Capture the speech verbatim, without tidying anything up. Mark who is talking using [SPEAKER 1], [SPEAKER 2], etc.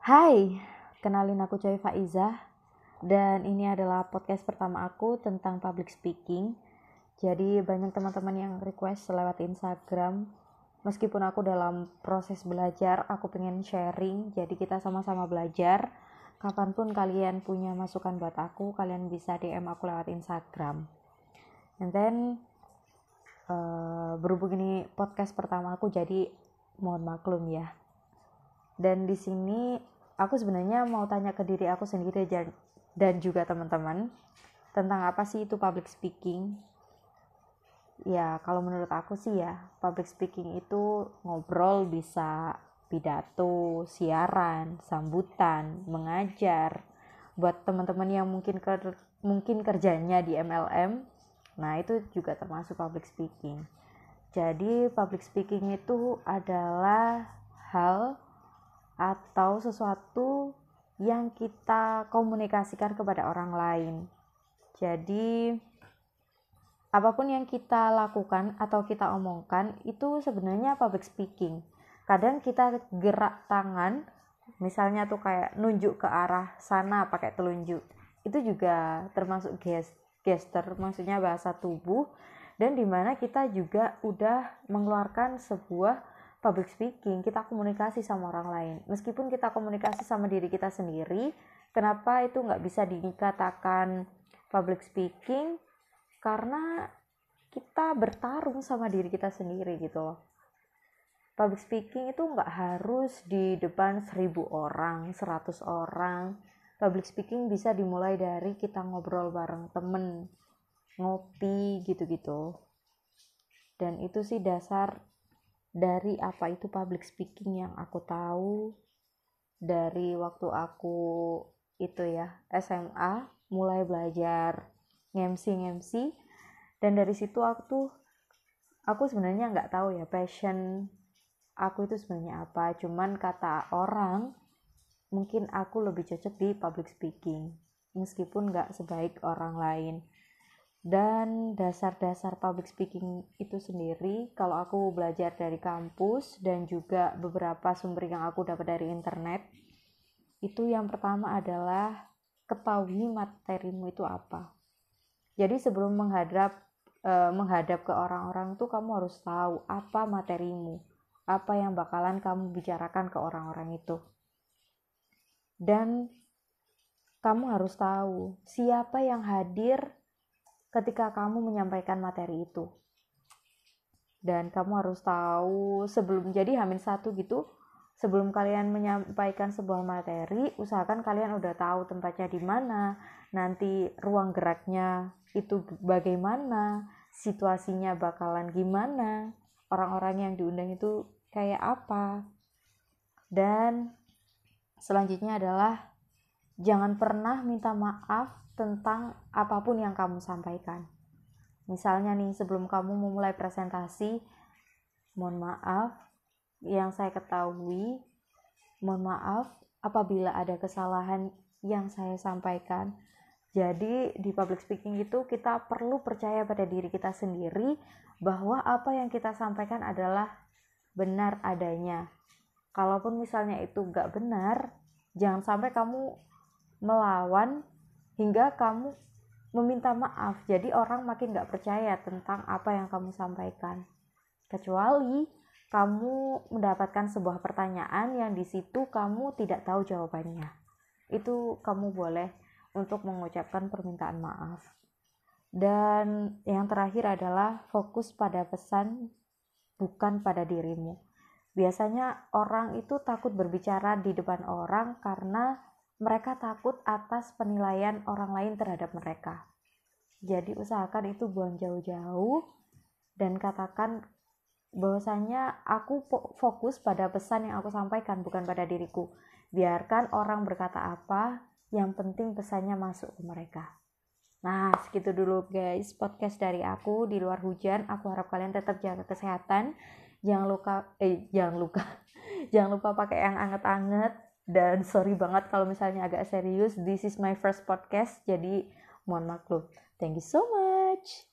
[SPEAKER 1] Hai, kenalin aku Coy Faizah dan ini adalah podcast pertama aku tentang public speaking. Jadi banyak teman-teman yang request lewat Instagram. Meskipun aku dalam proses belajar, aku pengen sharing. Jadi kita sama-sama belajar. Kapanpun kalian punya masukan buat aku, kalian bisa D M aku lewat Instagram. And then uh, berhubung ini podcast pertama aku, jadi mohon maklum ya. Dan di sini aku sebenarnya mau tanya ke diri aku sendiri dan juga teman-teman tentang apa sih itu public speaking. Ya, kalau menurut aku sih ya, public speaking itu ngobrol, bisa pidato, siaran, sambutan, mengajar. Buat teman-teman yang mungkin ker- mungkin kerjanya di M L M, nah itu juga termasuk public speaking. Jadi public speaking itu adalah hal atau sesuatu yang kita komunikasikan kepada orang lain. Jadi apapun yang kita lakukan atau kita omongkan itu sebenarnya public speaking. Kadang kita gerak tangan, misalnya tuh kayak nunjuk ke arah sana pakai telunjuk, itu juga termasuk gesture, maksudnya bahasa tubuh, dan dimana kita juga udah mengeluarkan sebuah public speaking. Kita komunikasi sama orang lain. Meskipun kita komunikasi sama diri kita sendiri, kenapa itu nggak bisa dikatakan public speaking? Karena kita bertarung sama diri kita sendiri gitu loh. Public speaking itu nggak harus di depan seribu orang, seratus orang. Public speaking bisa dimulai dari kita ngobrol bareng temen, ngopi gitu-gitu. Dan itu sih dasar dari apa itu public speaking yang aku tahu dari waktu aku itu ya S M A mulai belajar nge-M C nge-M C, dan dari situ aku tuh aku sebenarnya nggak tahu ya passion aku itu sebenarnya apa, cuman kata orang mungkin aku lebih cocok di public speaking meskipun nggak sebaik orang lain. Dan dasar-dasar public speaking itu sendiri, kalau aku belajar dari kampus dan juga beberapa sumber yang aku dapat dari internet, itu yang pertama adalah ketahui materimu itu apa. Jadi sebelum menghadap eh, menghadap ke orang-orang tuh kamu harus tahu apa materimu, apa yang bakalan kamu bicarakan ke orang-orang itu. Dan kamu harus tahu siapa yang hadir ketika kamu menyampaikan materi itu. Dan kamu harus tahu sebelum, jadi hamin satu gitu, sebelum kalian menyampaikan sebuah materi, usahakan kalian udah tahu tempatnya di mana, nanti ruang geraknya itu bagaimana, situasinya bakalan gimana, orang-orang yang diundang itu kayak apa. Dan selanjutnya adalah jangan pernah minta maaf tentang apapun yang kamu sampaikan. Misalnya nih, sebelum kamu memulai presentasi, mohon maaf, yang saya ketahui, mohon maaf apabila ada kesalahan yang saya sampaikan. Jadi di public speaking itu kita perlu percaya pada diri kita sendiri bahwa apa yang kita sampaikan adalah benar adanya. Kalaupun misalnya itu gak benar, jangan sampai kamu melawan hingga kamu meminta maaf, jadi orang makin gak percaya tentang apa yang kamu sampaikan. Kecuali kamu mendapatkan sebuah pertanyaan yang di situ kamu tidak tahu jawabannya, itu kamu boleh untuk mengucapkan permintaan maaf. Dan yang terakhir adalah fokus pada pesan, bukan pada dirimu. Biasanya orang itu takut berbicara di depan orang karena mereka takut atas penilaian orang lain terhadap mereka. Jadi usahakan itu buang jauh-jauh dan katakan bahwasanya aku fokus pada pesan yang aku sampaikan, bukan pada diriku. Biarkan orang berkata apa, yang penting pesannya masuk ke mereka. Nah, segitu dulu guys podcast dari aku di luar hujan. Aku harap kalian tetap jaga kesehatan. Jangan lupa eh jangan lupa jangan lupa pakai yang anget-anget. Dan sorry banget kalau misalnya agak serius. This is my first podcast, jadi mohon maklum. Thank you so much.